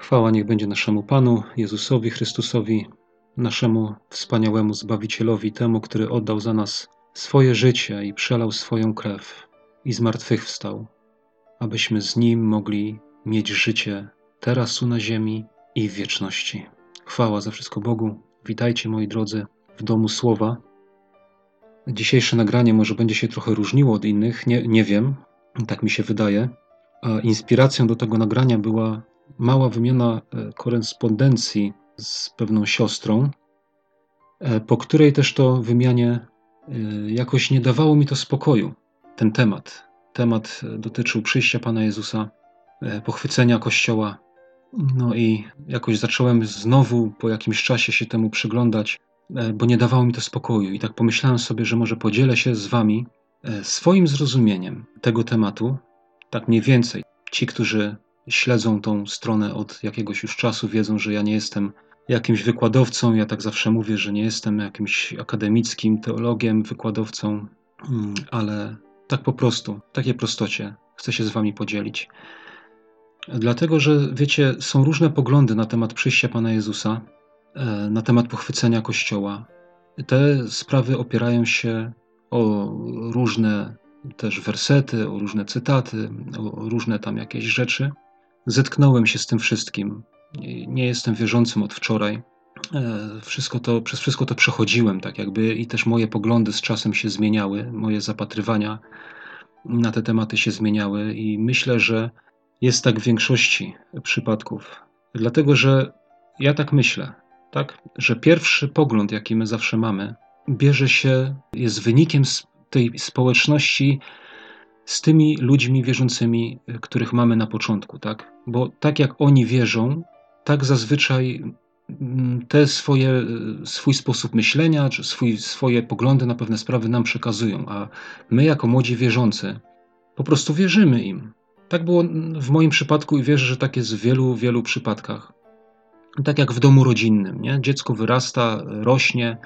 Chwała niech będzie naszemu Panu, Jezusowi Chrystusowi, naszemu wspaniałemu Zbawicielowi, temu, który oddał za nas swoje życie i przelał swoją krew i zmartwychwstał, abyśmy z Nim mogli mieć życie teraz tu na ziemi i w wieczności. Chwała za wszystko Bogu. Witajcie, moi drodzy, w Domu Słowa. Dzisiejsze nagranie może będzie się trochę różniło od innych, nie wiem, tak mi się wydaje. A inspiracją do tego nagrania była mała wymiana korespondencji z pewną siostrą, po której też to wymianie jakoś nie dawało mi to spokoju. Ten temat dotyczył przyjścia Pana Jezusa, pochwycenia Kościoła. No i jakoś zacząłem znowu po jakimś czasie się temu przyglądać, bo nie dawało mi to spokoju. I tak pomyślałem sobie, że może podzielę się z wami swoim zrozumieniem tego tematu, tak mniej więcej. Ci, którzy śledzą tą stronę od jakiegoś już czasu, wiedzą, że ja nie jestem jakimś wykładowcą. Ja tak zawsze mówię, że nie jestem jakimś akademickim teologiem, wykładowcą, ale tak po prostu, w takiej prostocie chcę się z wami podzielić. Dlatego, że wiecie, są różne poglądy na temat przyjścia Pana Jezusa, na temat pochwycenia Kościoła. Te sprawy opierają się o różne też wersety, o różne cytaty, o różne tam jakieś rzeczy. Zetknąłem się z tym wszystkim. Nie jestem wierzącym od wczoraj. Przez wszystko to przechodziłem, tak jakby, i też moje poglądy z czasem się zmieniały, moje zapatrywania na te tematy się zmieniały i myślę, że jest tak w większości przypadków. Dlatego, że ja tak myślę, tak, że pierwszy pogląd, jaki my zawsze mamy, jest wynikiem tej społeczności z tymi ludźmi wierzącymi, których mamy na początku, tak? Bo tak jak oni wierzą, tak zazwyczaj swój sposób myślenia, czy swoje poglądy na pewne sprawy nam przekazują, a my jako młodzi wierzący po prostu wierzymy im. Tak było w moim przypadku i wierzę, że tak jest w wielu, wielu przypadkach. Tak jak w domu rodzinnym, nie? Dziecko wyrasta, rośnie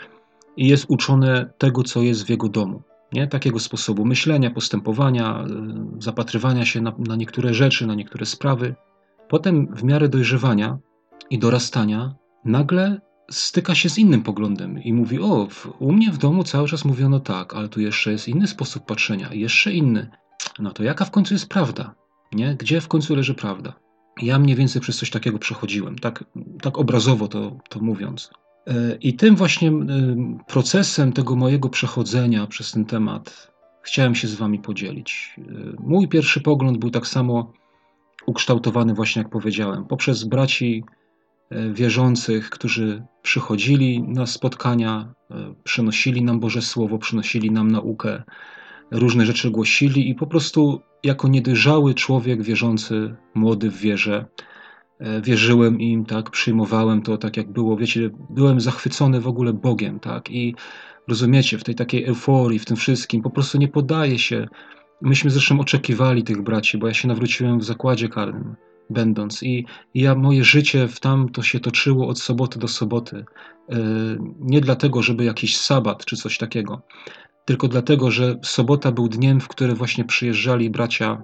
i jest uczone tego, co jest w jego domu. Nie? Takiego sposobu myślenia, postępowania, zapatrywania się na niektóre rzeczy, na niektóre sprawy. Potem w miarę dojrzewania i dorastania nagle styka się z innym poglądem i mówi: u mnie w domu cały czas mówiono tak, ale tu jeszcze jest inny sposób patrzenia, jeszcze inny. No to jaka w końcu jest prawda? Nie? Gdzie w końcu leży prawda? Ja mniej więcej przez coś takiego przechodziłem, tak obrazowo to mówiąc. I tym właśnie procesem tego mojego przechodzenia przez ten temat chciałem się z wami podzielić. Mój pierwszy pogląd był tak samo ukształtowany, właśnie jak powiedziałem, poprzez braci wierzących, którzy przychodzili na spotkania, przynosili nam Boże Słowo, przynosili nam naukę, różne rzeczy głosili i po prostu jako niedojrzały człowiek wierzący, młody w wierze, wierzyłem im, tak, przyjmowałem to tak jak było, wiecie, byłem zachwycony w ogóle Bogiem, tak, i rozumiecie, w tej takiej euforii, w tym wszystkim, po prostu nie poddaję się. Myśmy zresztą oczekiwali tych braci, bo ja się nawróciłem w zakładzie karnym, będąc, i moje życie tam to się toczyło od soboty do soboty. Nie dlatego, żeby jakiś sabat czy coś takiego, tylko dlatego, że sobota był dniem, w który właśnie przyjeżdżali bracia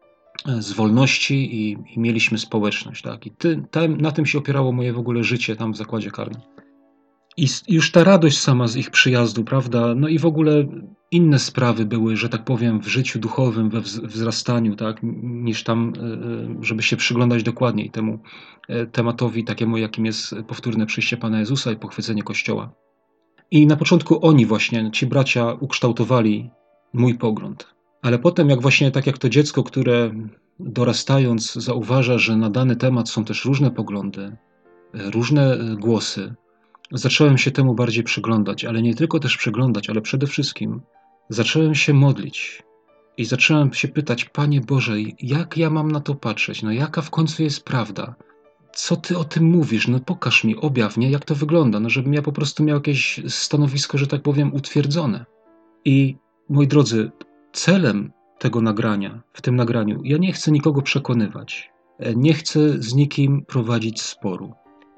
z wolności i mieliśmy społeczność. Tak? I na tym się opierało moje w ogóle życie tam w zakładzie karnym. I już ta radość sama z ich przyjazdu, prawda? No i w ogóle inne sprawy były, że tak powiem, w życiu duchowym, we wzrastaniu, tak? Niż tam, żeby się przyglądać dokładniej temu tematowi takiemu, jakim jest powtórne przyjście Pana Jezusa i pochwycenie Kościoła. I na początku oni właśnie, ci bracia, ukształtowali mój pogląd. Ale potem, jak właśnie tak jak to dziecko, które dorastając zauważa, że na dany temat są też różne poglądy, różne głosy, zacząłem się temu bardziej przyglądać, ale nie tylko też przyglądać, ale przede wszystkim zacząłem się modlić i zacząłem się pytać: Panie Boże, jak ja mam na to patrzeć? No jaka w końcu jest prawda? Co Ty o tym mówisz? No pokaż mi, objaw, nie? Jak to wygląda? No żebym ja po prostu miał jakieś stanowisko, że tak powiem, utwierdzone. I moi drodzy, celem tego nagrania, w tym nagraniu, ja nie chcę nikogo przekonywać. Nie chcę z nikim prowadzić sporu.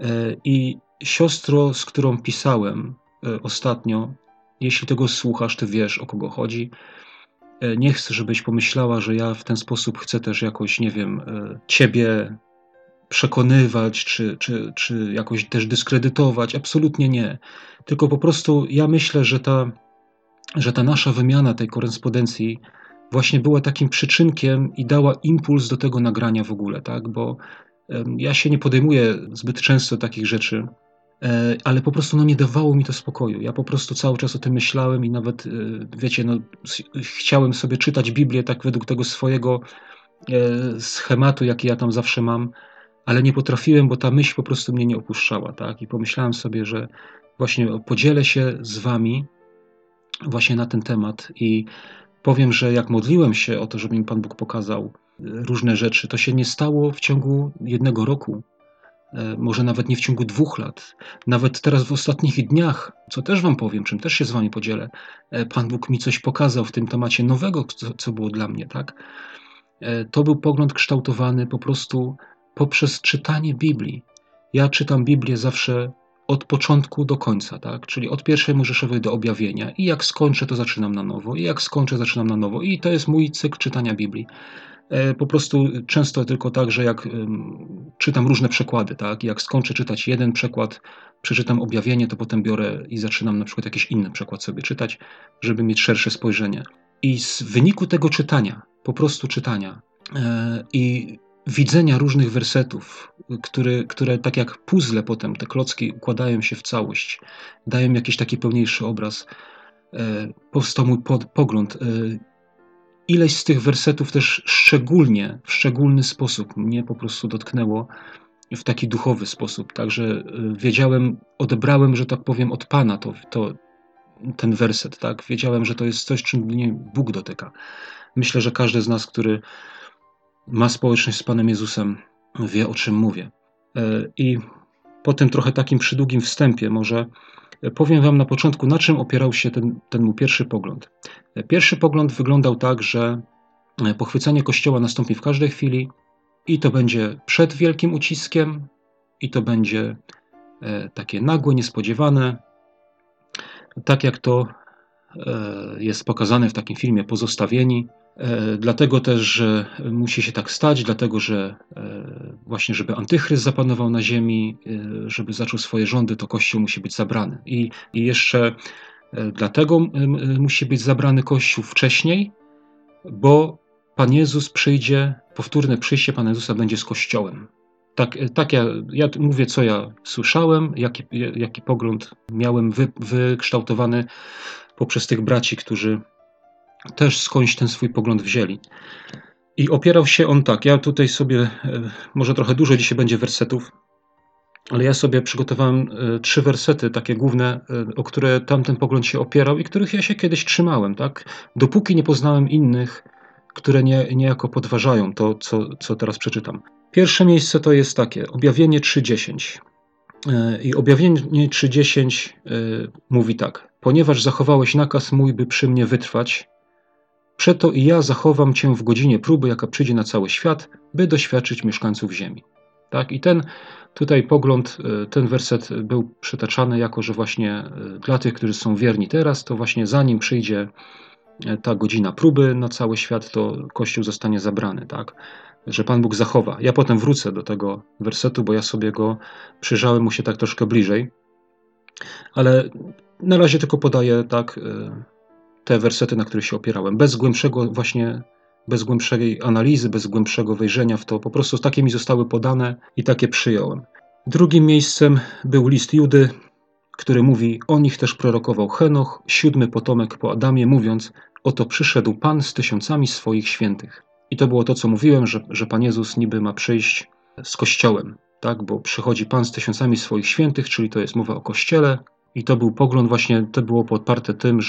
I siostro, z którą pisałem ostatnio, jeśli tego słuchasz, ty wiesz, o kogo chodzi. Nie chcę, żebyś pomyślała, że ja w ten sposób chcę też jakoś, nie wiem, ciebie przekonywać, czy jakoś też dyskredytować. Absolutnie nie. Tylko po prostu ja myślę, że ta nasza wymiana tej korespondencji właśnie była takim przyczynkiem i dała impuls do tego nagrania w ogóle, tak? Bo ja się nie podejmuję zbyt często takich rzeczy, ale po prostu nie dawało mi to spokoju. Ja po prostu cały czas o tym myślałem i nawet, wiecie, chciałem sobie czytać Biblię tak według tego swojego schematu, jaki ja tam zawsze mam, ale nie potrafiłem, bo ta myśl po prostu mnie nie opuszczała, tak? I pomyślałem sobie, że właśnie podzielę się z wami właśnie na ten temat i powiem, że jak modliłem się o to, żeby mi Pan Bóg pokazał różne rzeczy, to się nie stało w ciągu 1 roku, może nawet nie w ciągu 2 lat. Nawet teraz w ostatnich dniach, co też wam powiem, czym też się z wami podzielę, Pan Bóg mi coś pokazał w tym temacie nowego, co było dla mnie, tak? To był pogląd kształtowany po prostu poprzez czytanie Biblii. Ja czytam Biblię zawsze od początku do końca, tak? Czyli od pierwszej Mojżeszowej do objawienia i jak skończę, to zaczynam na nowo i jak skończę, zaczynam na nowo i to jest mój cykl czytania Biblii. Po prostu często tylko tak, że jak czytam różne przekłady, tak? Jak skończę czytać jeden przekład, przeczytam objawienie, to potem biorę i zaczynam na przykład jakiś inny przekład sobie czytać, żeby mieć szersze spojrzenie. I z wyniku tego czytania, po prostu czytania i widzenia różnych wersetów, które tak jak puzzle potem, te klocki układają się w całość, dają jakiś taki pełniejszy obraz, powstał mój pogląd. Ileś z tych wersetów też szczególnie, w szczególny sposób mnie po prostu dotknęło w taki duchowy sposób. Także wiedziałem, odebrałem, że tak powiem, od Pana ten werset, tak? Wiedziałem, że to jest coś, czym mnie Bóg dotyka. Myślę, że każdy z nas, który ma społeczność z Panem Jezusem, wie, o czym mówię. I po tym trochę takim przydługim wstępie może powiem wam na początku, na czym opierał się ten mój pierwszy pogląd. Pierwszy pogląd wyglądał tak, że pochwycenie Kościoła nastąpi w każdej chwili i to będzie przed wielkim uciskiem i to będzie takie nagłe, niespodziewane, tak jak to jest pokazane w takim filmie Pozostawieni. Dlatego też, że musi się tak stać, dlatego, że właśnie, żeby antychryst zapanował na ziemi, żeby zaczął swoje rządy, to Kościół musi być zabrany. I jeszcze dlatego musi być zabrany Kościół wcześniej, bo Pan Jezus przyjdzie, powtórne przyjście Pana Jezusa będzie z Kościołem. Tak ja mówię, co ja słyszałem, jaki pogląd miałem wykształtowany poprzez tych braci, którzy też skądś ten swój pogląd wzięli. I opierał się on tak, ja tutaj sobie, może trochę dużo dzisiaj będzie wersetów, ale ja sobie przygotowałem 3 wersety takie główne, o które tamten pogląd się opierał i których ja się kiedyś trzymałem, tak? Dopóki nie poznałem innych, które niejako podważają to, co teraz przeczytam. Pierwsze miejsce to jest takie, Objawienie 3:10. I Objawienie 3:10 mówi tak. Ponieważ zachowałeś nakaz mój, by przy mnie wytrwać, przeto i ja zachowam cię w godzinie próby, jaka przyjdzie na cały świat, by doświadczyć mieszkańców ziemi. Tak? I ten tutaj pogląd, ten werset był przytaczany jako, że właśnie dla tych, którzy są wierni teraz, to właśnie zanim przyjdzie ta godzina próby na cały świat, to Kościół zostanie zabrany, tak? Że Pan Bóg zachowa. Ja potem wrócę do tego wersetu, bo ja sobie go przyjrzałem mu się tak troszkę bliżej, ale na razie tylko podaję tak te wersety, na których się opierałem, bez głębszej analizy, bez głębszego wejrzenia w to, po prostu takie mi zostały podane i takie przyjąłem. Drugim miejscem był list Judy, który mówi, o nich też prorokował Henoch, 7. potomek po Adamie, mówiąc, oto przyszedł Pan z 1000 swoich świętych. I to było to, co mówiłem, że Pan Jezus niby ma przyjść z Kościołem, tak? Bo przychodzi Pan z 1000 swoich świętych, czyli to jest mowa o Kościele. I to był pogląd właśnie, to było podparte tym,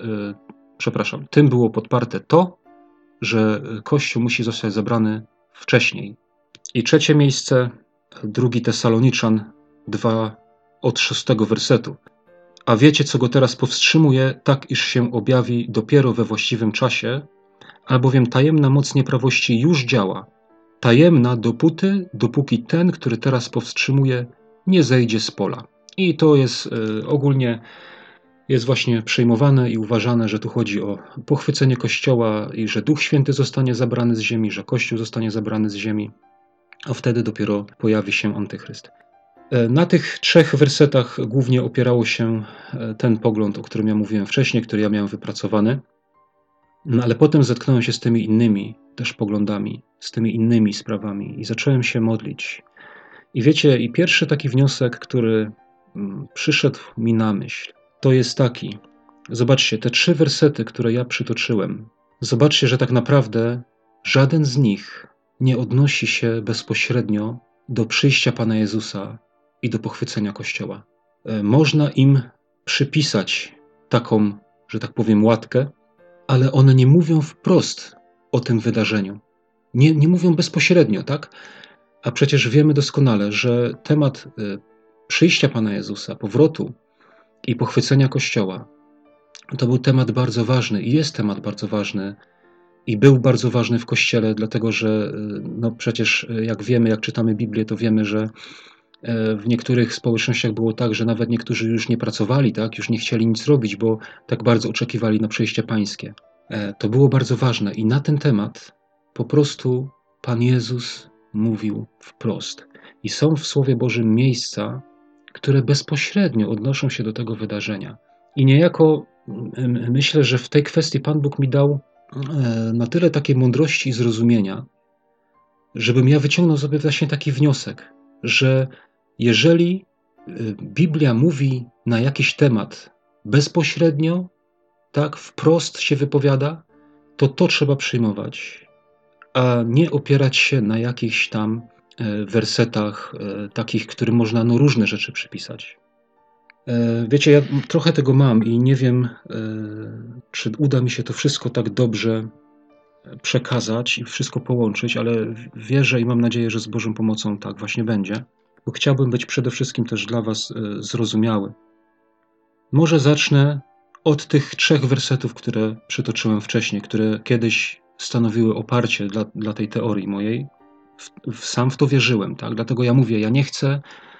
tym było podparte to, że Kościół musi zostać zabrany wcześniej. I trzecie miejsce, 2 Tesaloniczan 2 od 6 wersetu. A wiecie, co go teraz powstrzymuje, tak iż się objawi dopiero we właściwym czasie, albowiem tajemna moc nieprawości już działa. Tajemna dopóki ten, który teraz powstrzymuje, nie zejdzie z pola. I to jest ogólnie jest właśnie przyjmowane i uważane, że tu chodzi o pochwycenie Kościoła i że Duch Święty zostanie zabrany z ziemi, że Kościół zostanie zabrany z ziemi. a wtedy dopiero pojawi się Antychryst. Na tych 3 wersetach głównie opierało się ten pogląd, o którym ja mówiłem wcześniej, który ja miałem wypracowany. No ale potem zetknąłem się z tymi innymi też poglądami, z tymi innymi sprawami i zacząłem się modlić. I wiecie, i pierwszy taki wniosek, który przyszedł mi na myśl, to jest taki. Zobaczcie, te 3 wersety, które ja przytoczyłem. Zobaczcie, że tak naprawdę żaden z nich nie odnosi się bezpośrednio do przyjścia Pana Jezusa i do pochwycenia Kościoła. Można im przypisać taką, że tak powiem, łatkę, ale one nie mówią wprost o tym wydarzeniu. Nie mówią bezpośrednio, tak? A przecież wiemy doskonale, że temat przyjścia Pana Jezusa, powrotu i pochwycenia Kościoła to był temat bardzo ważny i jest temat bardzo ważny i był bardzo ważny w Kościele, dlatego że no przecież jak wiemy, jak czytamy Biblię, to wiemy, że w niektórych społecznościach było tak, że nawet niektórzy już nie pracowali, tak? Już nie chcieli nic robić, bo tak bardzo oczekiwali na przyjście pańskie. To było bardzo ważne i na ten temat po prostu Pan Jezus mówił wprost. I są w Słowie Bożym miejsca, które bezpośrednio odnoszą się do tego wydarzenia. I niejako myślę, że w tej kwestii Pan Bóg mi dał na tyle takiej mądrości i zrozumienia, żebym ja wyciągnął sobie właśnie taki wniosek, że jeżeli Biblia mówi na jakiś temat bezpośrednio, tak, wprost się wypowiada, to trzeba przyjmować, a nie opierać się na jakichś tam wersetach takich, którym można różne rzeczy przypisać. Wiecie, ja trochę tego mam i nie wiem, czy uda mi się to wszystko tak dobrze przekazać i wszystko połączyć, ale wierzę i mam nadzieję, że z Bożą pomocą tak właśnie będzie, bo chciałbym być przede wszystkim też dla was zrozumiały. Może zacznę od tych 3 wersetów, które przytoczyłem wcześniej, które kiedyś stanowiły oparcie dla tej teorii mojej. Sam w to wierzyłem, tak? Dlatego ja mówię, ja nie chcę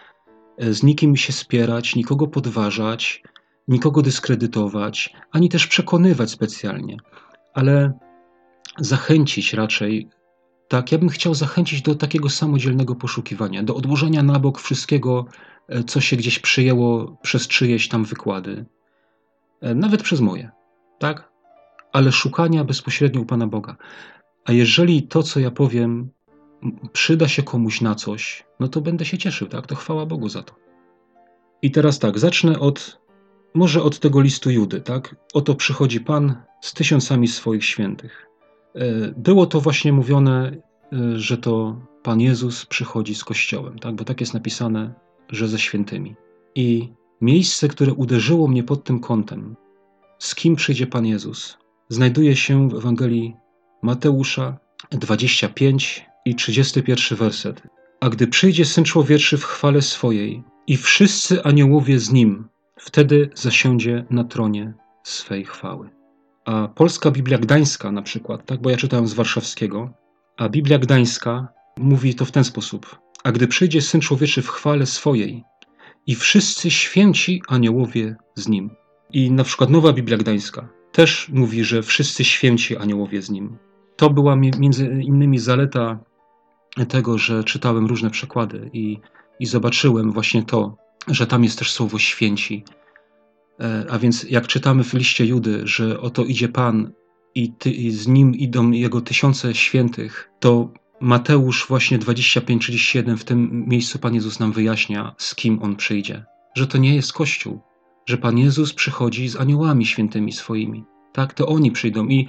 z nikim się spierać, nikogo podważać, nikogo dyskredytować, ani też przekonywać specjalnie, ale zachęcić raczej, tak, ja bym chciał zachęcić do takiego samodzielnego poszukiwania, do odłożenia na bok wszystkiego, co się gdzieś przyjęło przez czyjeś tam wykłady, nawet przez moje, tak? Ale szukania bezpośrednio u Pana Boga. A jeżeli to, co ja powiem, przyda się komuś na coś, no to będę się cieszył, tak? To chwała Bogu za to. I teraz tak, zacznę może od tego listu Judy, tak? Oto przychodzi Pan z 1000 swoich świętych. Było to właśnie mówione, że to Pan Jezus przychodzi z Kościołem, tak? Bo tak jest napisane, że ze świętymi. I miejsce, które uderzyło mnie pod tym kątem, z kim przyjdzie Pan Jezus, znajduje się w Ewangelii Mateusza 25 i 31 werset. A gdy przyjdzie Syn Człowieczy w chwale swojej i wszyscy aniołowie z Nim, wtedy zasiądzie na tronie swej chwały. A Polska Biblia Gdańska na przykład, tak, bo ja czytałem z warszawskiego, a Biblia Gdańska mówi to w ten sposób. A gdy przyjdzie Syn Człowieczy w chwale swojej i wszyscy święci aniołowie z Nim. I na przykład Nowa Biblia Gdańska też mówi, że wszyscy święci aniołowie z Nim. To była między innymi zaleta tego, że czytałem różne przekłady i zobaczyłem właśnie to, że tam jest też słowo święci. A więc jak czytamy w liście Judy, że oto idzie Pan i z Nim idą Jego 1000 świętych, to Mateusz właśnie 25-31 w tym miejscu Pan Jezus nam wyjaśnia, z kim On przyjdzie. Że to nie jest Kościół, że Pan Jezus przychodzi z aniołami świętymi swoimi. Tak, to oni przyjdą i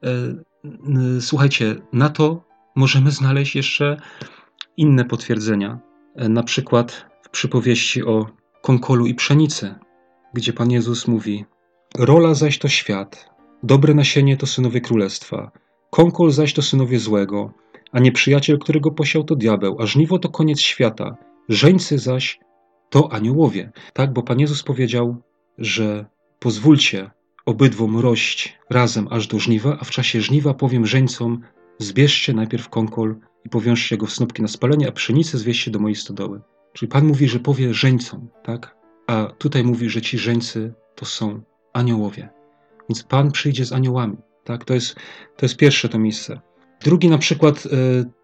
słuchajcie, na to możemy znaleźć jeszcze inne potwierdzenia. Na przykład w przypowieści o konkolu i pszenicy, gdzie Pan Jezus mówi: rola zaś to świat, dobre nasienie to synowie królestwa, konkol zaś to synowie złego, a nieprzyjaciel, którego posiał, to diabeł, a żniwo to koniec świata, żeńcy zaś to aniołowie. Tak, bo Pan Jezus powiedział, że pozwólcie obydwom rość razem aż do żniwa, a w czasie żniwa powiem żeńcom: zbierzcie najpierw konkol i powiążcie go w snopki na spalenie, a pszenicę zwieźcie do mojej stodoły. Czyli Pan mówi, że powie żeńcom, tak? A tutaj mówi, że ci żeńcy to są aniołowie. Więc Pan przyjdzie z aniołami, tak? To jest pierwsze to miejsce. Drugi na przykład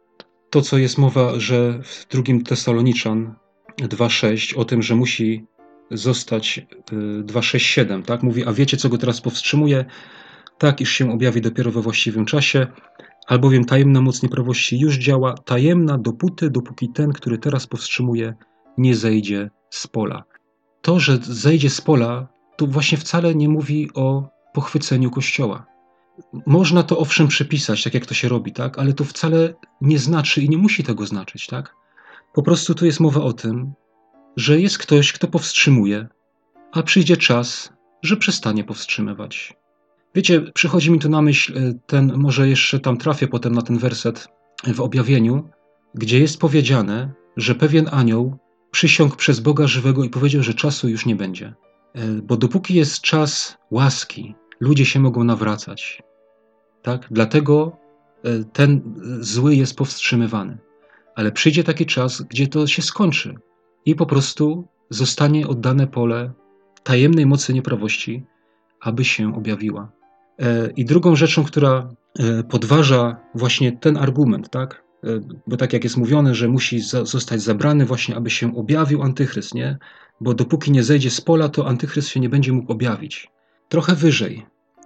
to, co jest mowa, że w 2 Tesaloniczan 2,6 o tym, że musi zostać 2,6,7, tak? Mówi, a wiecie, co go teraz powstrzymuje? Tak, iż się objawi dopiero we właściwym czasie, albowiem tajemna moc nieprawości już działa, tajemna dopóki ten, który teraz powstrzymuje, nie zejdzie z pola. To, że zejdzie z pola, to właśnie wcale nie mówi o pochwyceniu Kościoła. Można to owszem przypisać, tak jak to się robi, tak? Ale to wcale nie znaczy i nie musi tego znaczyć, tak? Po prostu tu jest mowa o tym, że jest ktoś, kto powstrzymuje, a przyjdzie czas, że przestanie powstrzymywać. Wiecie, przychodzi mi tu na myśl może jeszcze tam trafię potem na ten werset w objawieniu, gdzie jest powiedziane, że pewien anioł przysiągł przez Boga żywego i powiedział, że czasu już nie będzie. Bo dopóki jest czas łaski, ludzie się mogą nawracać. Tak? Dlatego ten zły jest powstrzymywany. Ale przyjdzie taki czas, gdzie to się skończy i po prostu zostanie oddane pole tajemnej mocy nieprawości, aby się objawiła. I drugą rzeczą, która podważa właśnie ten argument, tak? Bo tak jak jest mówione, że musi zostać zabrany właśnie, aby się objawił antychryst, nie? Bo dopóki nie zejdzie z pola, to antychryst się nie będzie mógł objawić. Trochę wyżej,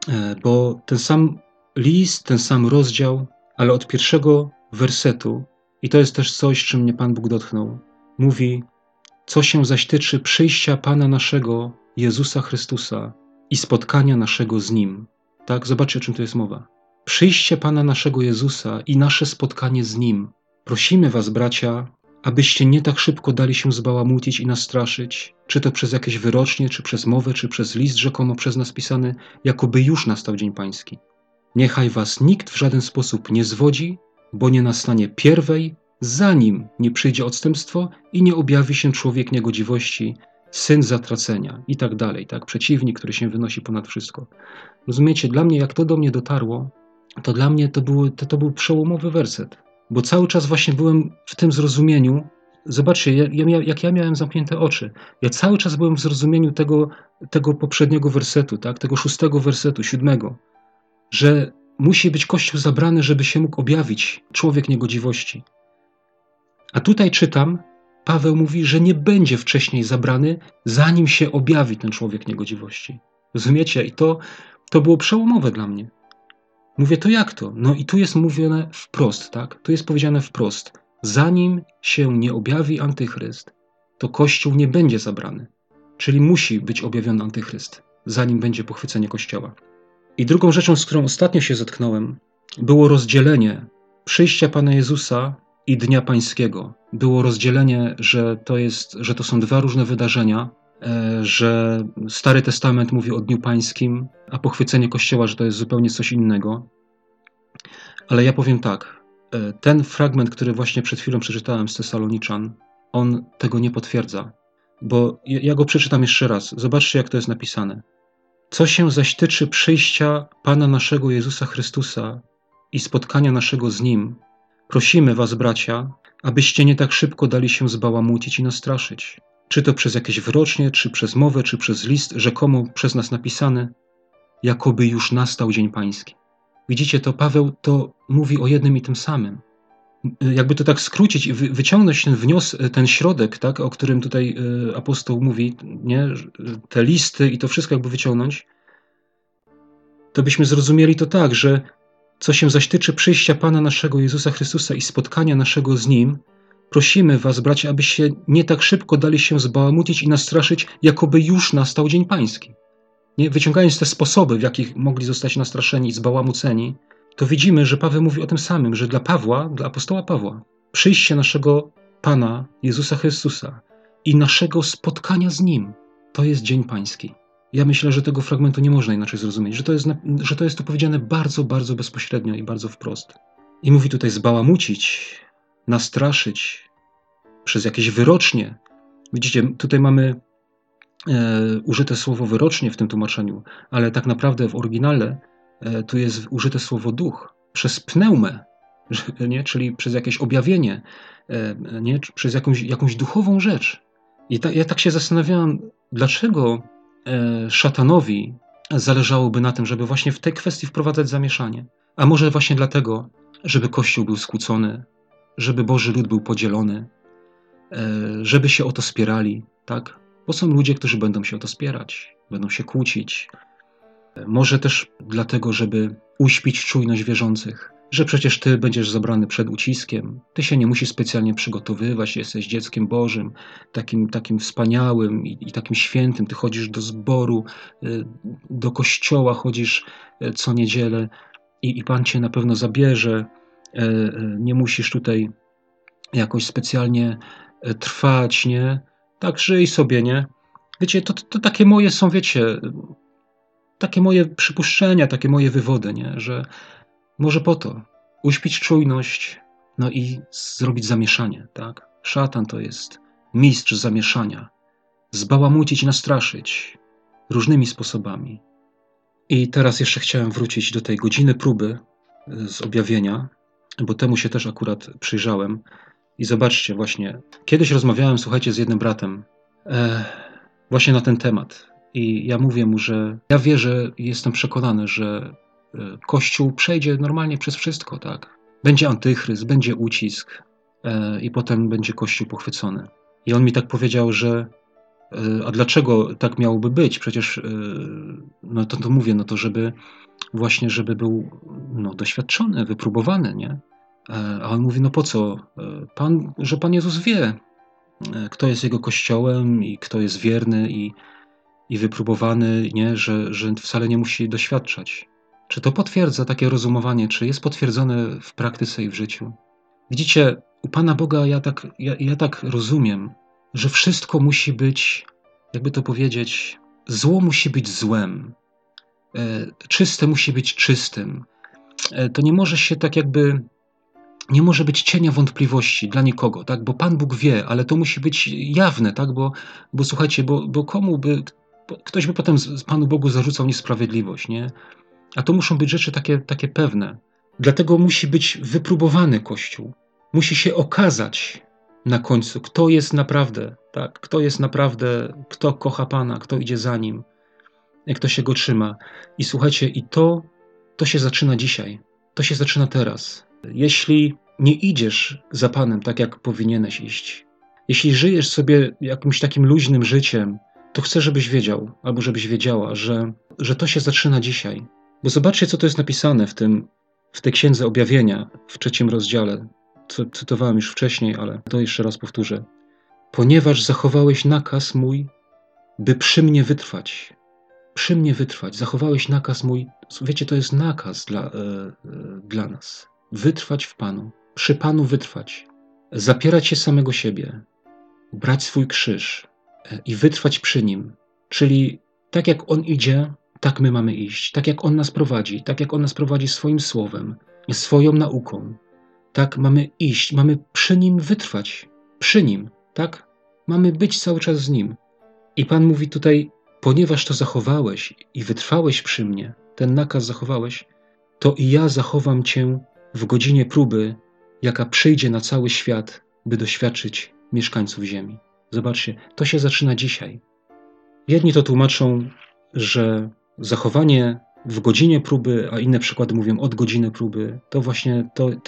bo ten sam list, ten sam rozdział, ale od 1 wersetu, i to jest też coś, czym mnie Pan Bóg dotknął, mówi, co się zaś tyczy przyjścia Pana naszego Jezusa Chrystusa i spotkania naszego z Nim. Tak, zobaczcie, o czym tu jest mowa. Przyjście Pana naszego Jezusa i nasze spotkanie z Nim. Prosimy was, bracia, abyście nie tak szybko dali się zbałamucić i nastraszyć, czy to przez jakieś wyrocznie, czy przez mowę, czy przez list rzekomo przez nas pisany, jakoby już nastał dzień pański. Niechaj was nikt w żaden sposób nie zwodzi, bo nie nastanie pierwej, zanim nie przyjdzie odstępstwo i nie objawi się człowiek niegodziwości, syn zatracenia i tak dalej, tak? Przeciwnik, który się wynosi ponad wszystko. Rozumiecie, dla mnie, jak to do mnie dotarło, to dla mnie to był przełomowy werset, bo cały czas właśnie byłem w tym zrozumieniu. Zobaczcie, jak ja miałem zamknięte oczy. Ja cały czas byłem w zrozumieniu tego poprzedniego wersetu, tak? Tego 6 wersetu, 7, że musi być Kościół zabrany, żeby się mógł objawić człowiek niegodziwości. A tutaj czytam, Paweł mówi, że nie będzie wcześniej zabrany, zanim się objawi ten człowiek niegodziwości. Rozumiecie? I to było przełomowe dla mnie. Mówię, to jak to? No i tu jest mówione wprost, tak? Tu jest powiedziane wprost. Zanim się nie objawi antychryst, to Kościół nie będzie zabrany. Czyli musi być objawiony antychryst, zanim będzie pochwycenie Kościoła. I drugą rzeczą, z którą ostatnio się zetknąłem, było rozdzielenie przyjścia Pana Jezusa i Dnia Pańskiego. Było rozdzielenie, że to są 2 różne wydarzenia, że Stary Testament mówi o Dniu Pańskim, a pochwycenie Kościoła, że to jest zupełnie coś innego. Ale ja powiem tak, ten fragment, który właśnie przed chwilą przeczytałem z Tesaloniczan, on tego nie potwierdza, bo ja go przeczytam jeszcze raz. Zobaczcie, jak to jest napisane. Co się zaś tyczy przyjścia Pana naszego Jezusa Chrystusa i spotkania naszego z Nim, prosimy was, bracia, abyście nie tak szybko dali się zbałamucić i nastraszyć. Czy to przez jakieś wyrocznie, czy przez mowę, czy przez list rzekomo przez nas napisany, jakoby już nastał dzień pański. Widzicie, to Paweł to mówi o jednym i tym samym. Jakby to tak skrócić i wyciągnąć ten środek, tak, o którym tutaj apostoł mówi, nie? Te listy i to wszystko jakby wyciągnąć, to byśmy zrozumieli to tak, że co się zaś tyczy przyjścia Pana naszego Jezusa Chrystusa i spotkania naszego z Nim, prosimy was, bracia, abyście nie tak szybko dali się zbałamucić i nastraszyć, jakoby już nastał dzień pański. Nie? Wyciągając te sposoby, w jakich mogli zostać nastraszeni i zbałamuceni, to widzimy, że Paweł mówi o tym samym, że dla apostoła Pawła, przyjście naszego Pana Jezusa Chrystusa i naszego spotkania z Nim, to jest dzień pański. Ja myślę, że tego fragmentu nie można inaczej zrozumieć, że to jest tu powiedziane bardzo, bardzo bezpośrednio i bardzo wprost. I mówi tutaj zbałamucić, nastraszyć przez jakieś wyrocznie. Widzicie, tutaj mamy użyte słowo wyrocznie w tym tłumaczeniu, ale tak naprawdę w oryginale tu jest użyte słowo duch, przez pneumę, nie? Czyli przez jakieś objawienie, nie? Przez jakąś duchową rzecz. I ja tak się zastanawiałem, dlaczego szatanowi zależałoby na tym, żeby właśnie w tej kwestii wprowadzać zamieszanie. A może właśnie dlatego, żeby Kościół był skłócony, żeby Boży lud był podzielony, żeby się o to spierali, tak? Bo są ludzie, którzy będą się o to spierać, będą się kłócić. Może też dlatego, żeby uśpić czujność wierzących, że przecież ty będziesz zabrany przed uciskiem, ty się nie musisz specjalnie przygotowywać, jesteś dzieckiem Bożym, takim wspaniałym i takim świętym, ty chodzisz do zboru, do kościoła chodzisz co niedzielę i Pan cię na pewno zabierze, nie musisz tutaj jakoś specjalnie trwać, nie? Tak, żyj sobie, nie? Wiecie, to takie moje są, wiecie, takie moje przypuszczenia, takie moje wywody, nie? Że może po to uśpić czujność, no i zrobić zamieszanie, tak? Szatan to jest mistrz zamieszania. Zbałamucić, nastraszyć różnymi sposobami. I teraz jeszcze chciałem wrócić do tej godziny próby z objawienia, bo temu się też akurat przyjrzałem. I zobaczcie, właśnie, kiedyś rozmawiałem, słuchajcie, z jednym bratem właśnie na ten temat. I ja mówię mu, że ja wierzę i jestem przekonany, że Kościół przejdzie normalnie przez wszystko, tak? Będzie antychryst, będzie ucisk i potem będzie Kościół pochwycony. I on mi tak powiedział, że a dlaczego tak miałoby być? Przecież, no to mówię, no to żeby właśnie, żeby był no, doświadczony, wypróbowany, nie? A on mówi, no po co? Że Pan Jezus wie, kto jest Jego Kościołem i kto jest wierny i wypróbowany, nie? Że wcale nie musi doświadczać. Czy to potwierdza takie rozumowanie? Czy jest potwierdzone w praktyce i w życiu? Widzicie, u Pana Boga ja tak rozumiem, że wszystko musi być, jakby to powiedzieć, zło musi być złem, czyste musi być czystym. To nie może się tak jakby, nie może być cienia wątpliwości dla nikogo, tak? Bo Pan Bóg wie, ale to musi być jawne, tak? Bo słuchajcie, bo komu by, ktoś by potem Panu Bogu zarzucał niesprawiedliwość, nie? A to muszą być rzeczy takie pewne. Dlatego musi być wypróbowany Kościół. Musi się okazać na końcu, kto jest naprawdę, tak? Kto jest naprawdę, kto kocha Pana, kto idzie za Nim, kto się Go trzyma. I słuchajcie, i to się zaczyna dzisiaj. To się zaczyna teraz. Jeśli nie idziesz za Panem tak, jak powinieneś iść, jeśli żyjesz sobie jakimś takim luźnym życiem, to chcę, żebyś wiedział, albo żebyś wiedziała, że to się zaczyna dzisiaj. Bo zobaczcie, co to jest napisane w tej Księdze Objawienia, w 3 rozdziale. Cytowałem już wcześniej, ale to jeszcze raz powtórzę. Ponieważ zachowałeś nakaz mój, by przy mnie wytrwać. Przy mnie wytrwać. Zachowałeś nakaz mój. Wiecie, to jest nakaz dla nas. Wytrwać w Panu. Przy Panu wytrwać. Zapierać się samego siebie. Brać swój krzyż i wytrwać przy Nim. Czyli tak jak On idzie, tak my mamy iść. Tak jak On nas prowadzi. Tak jak On nas prowadzi swoim słowem, swoją nauką. Tak mamy iść. Mamy przy Nim wytrwać. Przy Nim. Tak? Mamy być cały czas z Nim. I Pan mówi tutaj, ponieważ to zachowałeś i wytrwałeś przy mnie, ten nakaz zachowałeś, to i ja zachowam cię w godzinie próby, jaka przyjdzie na cały świat, by doświadczyć mieszkańców ziemi. Zobaczcie, to się zaczyna dzisiaj. Jedni to tłumaczą, że zachowanie w godzinie próby, a inne przykłady mówią od godziny próby, to właśnie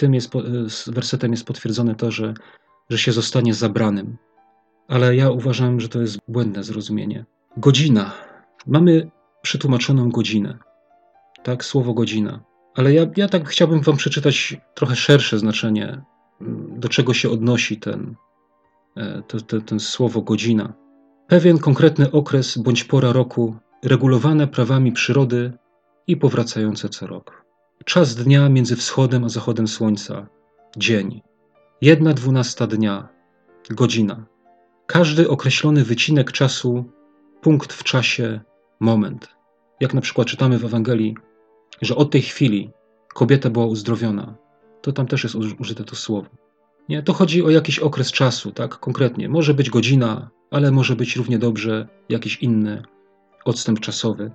wersetem jest potwierdzone to, że się zostanie zabranym. Ale ja uważam, że to jest błędne zrozumienie. Godzina. Mamy przetłumaczoną godzinę. Tak, słowo godzina. Ale ja tak chciałbym wam przeczytać trochę szersze znaczenie, do czego się odnosi ten słowo godzina. Pewien konkretny okres bądź pora roku, regulowane prawami przyrody i powracające co rok. Czas dnia między wschodem a zachodem słońca. Dzień. 1/12 dnia. Godzina. Każdy określony wycinek czasu, punkt w czasie, moment. Jak na przykład czytamy w Ewangelii, że od tej chwili kobieta była uzdrowiona, to tam też jest użyte to słowo. Nie, to chodzi o jakiś okres czasu, tak, konkretnie. Może być godzina, ale może być równie dobrze jakiś inny odstęp czasowy.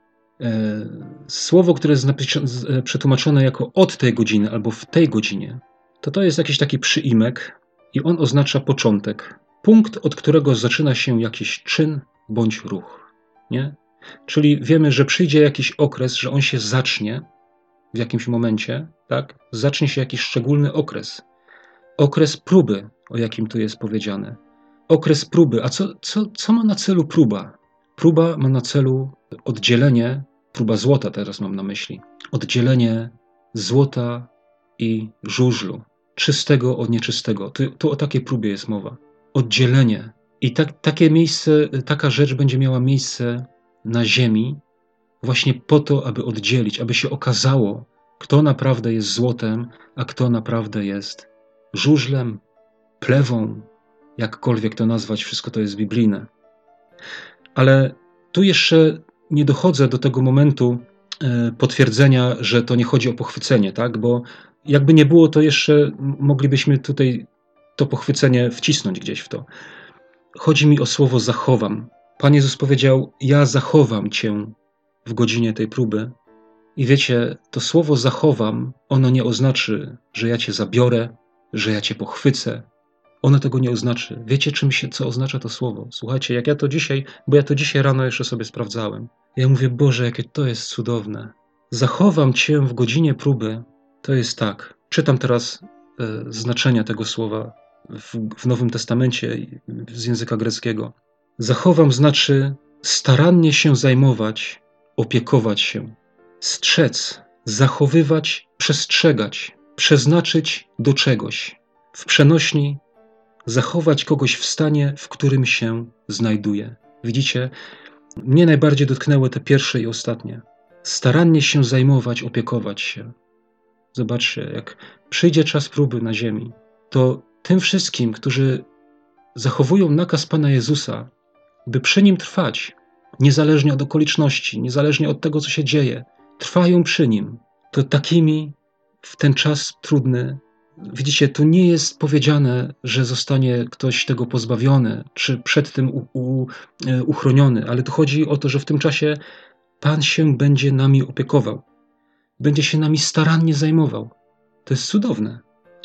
Słowo, które jest przetłumaczone jako od tej godziny albo w tej godzinie, to jest jakiś taki przyimek i on oznacza początek. Punkt, od którego zaczyna się jakiś czyn bądź ruch. Nie? Czyli wiemy, że przyjdzie jakiś okres, że on się zacznie w jakimś momencie, tak? Zacznie się jakiś szczególny okres. Okres próby, o jakim tu jest powiedziane. Okres próby. A co ma na celu próba? Próba ma na celu oddzielenie, próba złota teraz mam na myśli, oddzielenie złota i żużlu, czystego od nieczystego. Tu o takiej próbie jest mowa. Oddzielenie. I takie miejsce, taka rzecz będzie miała miejsce na ziemi właśnie po to, aby oddzielić, aby się okazało, kto naprawdę jest złotem, a kto naprawdę jest żużlem, plewą, jakkolwiek to nazwać, wszystko to jest biblijne. Ale tu jeszcze nie dochodzę do tego momentu potwierdzenia, że to nie chodzi o pochwycenie, tak? Bo jakby nie było, to jeszcze moglibyśmy tutaj to pochwycenie wcisnąć gdzieś w to. Chodzi mi o słowo zachowam. Pan Jezus powiedział, ja zachowam cię w godzinie tej próby. I wiecie, to słowo zachowam, ono nie oznaczy, że ja cię zabiorę, że ja cię pochwycę. Ono tego nie oznaczy. Wiecie, co oznacza to słowo? Słuchajcie, jak ja to dzisiaj, bo ja to dzisiaj rano jeszcze sobie sprawdzałem. Ja mówię, Boże, jakie to jest cudowne. Zachowam cię w godzinie próby. To jest tak. Czytam teraz znaczenia tego słowa w Nowym Testamencie z języka greckiego. Zachowam znaczy starannie się zajmować, opiekować się, strzec, zachowywać, przestrzegać, przeznaczyć do czegoś. W przenośni zachować kogoś w stanie, w którym się znajduje. Widzicie, mnie najbardziej dotknęły te pierwsze i ostatnie. Starannie się zajmować, opiekować się. Zobaczcie, jak przyjdzie czas próby na ziemi, to tym wszystkim, którzy zachowują nakaz Pana Jezusa, by przy Nim trwać, niezależnie od okoliczności, niezależnie od tego, co się dzieje, trwają przy Nim, to takimi w ten czas trudny, widzicie, tu nie jest powiedziane, że zostanie ktoś tego pozbawiony, czy przed tym uchroniony, ale tu chodzi o to, że w tym czasie Pan się będzie nami opiekował, będzie się nami starannie zajmował. To jest cudowne.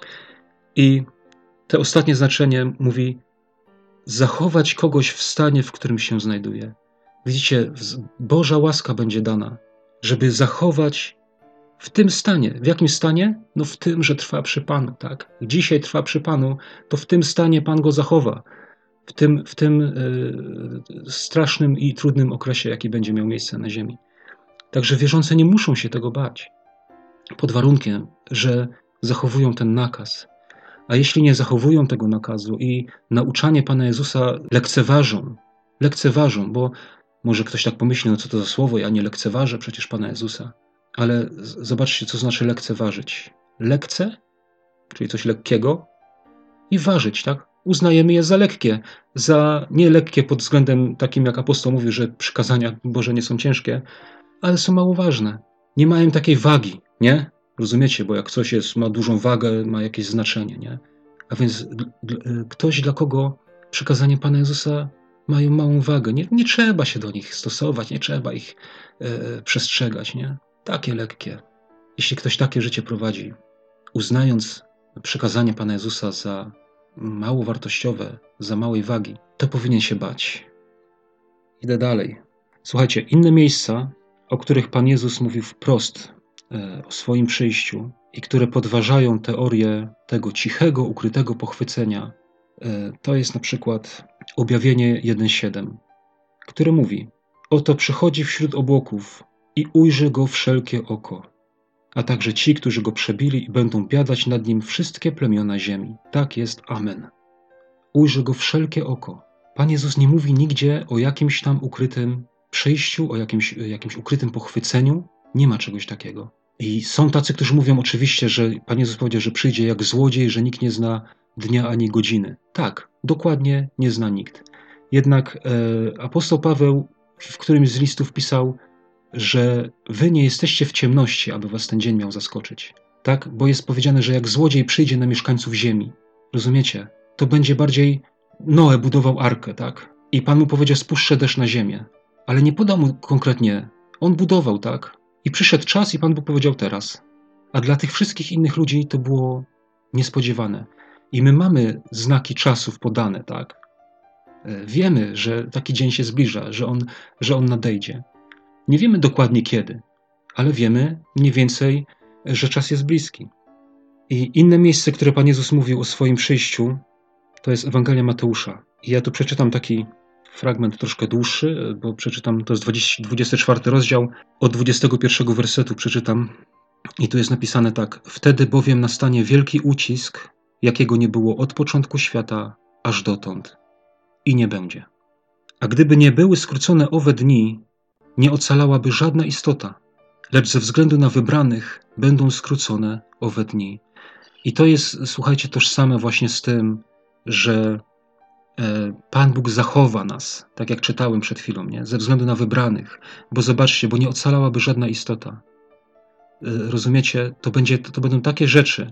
I te ostatnie znaczenie mówi zachować kogoś w stanie, w którym się znajduje. Widzicie, Boża łaska będzie dana, żeby zachować w tym stanie. W jakim stanie? No w tym, że trwa przy Panu, tak? Dzisiaj trwa przy Panu, to w tym stanie Pan go zachowa. W tym strasznym i trudnym okresie, jaki będzie miał miejsce na ziemi. Także wierzący nie muszą się tego bać. Pod warunkiem, że zachowują ten nakaz. A jeśli nie zachowują tego nakazu i nauczanie Pana Jezusa lekceważą, bo może ktoś tak pomyśli, no co to za słowo, ja nie lekceważę przecież Pana Jezusa. Ale zobaczcie, co znaczy lekceważyć. Lekce, czyli coś lekkiego, i ważyć, tak? Uznajemy je za lekkie, za nie lekkie pod względem takim, jak apostoł mówi, że przykazania Boże nie są ciężkie, ale są mało ważne. Nie mają takiej wagi, nie? Rozumiecie, bo jak coś ma dużą wagę, ma jakieś znaczenie, nie? A więc ktoś, dla kogo przykazania Pana Jezusa mają małą wagę, nie trzeba się do nich stosować, nie trzeba ich przestrzegać, nie? Takie lekkie. Jeśli ktoś takie życie prowadzi, uznając przykazanie Pana Jezusa za mało wartościowe, za małej wagi, to powinien się bać. Idę dalej. Słuchajcie, inne miejsca, o których Pan Jezus mówił wprost o swoim przyjściu i które podważają teorię tego cichego, ukrytego pochwycenia, to jest na przykład Objawienie 1:7, które mówi: oto przychodzi wśród obłoków i ujrzy go wszelkie oko, a także ci, którzy go przebili i będą biadać nad nim wszystkie plemiona ziemi. Tak jest, amen. Ujrzy go wszelkie oko. Pan Jezus nie mówi nigdzie o jakimś tam ukrytym przyjściu, o jakimś ukrytym pochwyceniu. Nie ma czegoś takiego. I są tacy, którzy mówią oczywiście, że Pan Jezus powiedział, że przyjdzie jak złodziej, że nikt nie zna dnia ani godziny. Tak, dokładnie nie zna nikt. Jednak apostoł Paweł w którymś z listów pisał, że wy nie jesteście w ciemności, aby was ten dzień miał zaskoczyć. Tak? Bo jest powiedziane, że jak złodziej przyjdzie na mieszkańców ziemi. Rozumiecie? To będzie bardziej Noe budował arkę, tak? I Pan mu powiedział, spuszczę deszcz na ziemię. Ale nie podał mu konkretnie. On budował, tak? I przyszedł czas i Pan Bóg powiedział teraz. A dla tych wszystkich innych ludzi to było niespodziewane. I my mamy znaki czasów podane, tak? Wiemy, że taki dzień się zbliża, że on nadejdzie. Nie wiemy dokładnie kiedy, ale wiemy mniej więcej, że czas jest bliski. I inne miejsce, które Pan Jezus mówił o swoim przyjściu, to jest Ewangelia Mateusza. I ja tu przeczytam taki fragment troszkę dłuższy, bo przeczytam, to jest 24 rozdział, od 21 wersetu przeczytam. I tu jest napisane tak: wtedy bowiem nastanie wielki ucisk, jakiego nie było od początku świata aż dotąd i nie będzie. A gdyby nie były skrócone owe dni, nie ocalałaby żadna istota, lecz ze względu na wybranych będą skrócone owe dni. I to jest, słuchajcie, tożsame właśnie z tym, że Pan Bóg zachowa nas, tak jak czytałem przed chwilą, nie? Ze względu na wybranych, bo zobaczcie, bo nie ocalałaby żadna istota. Rozumiecie? To będą takie rzeczy,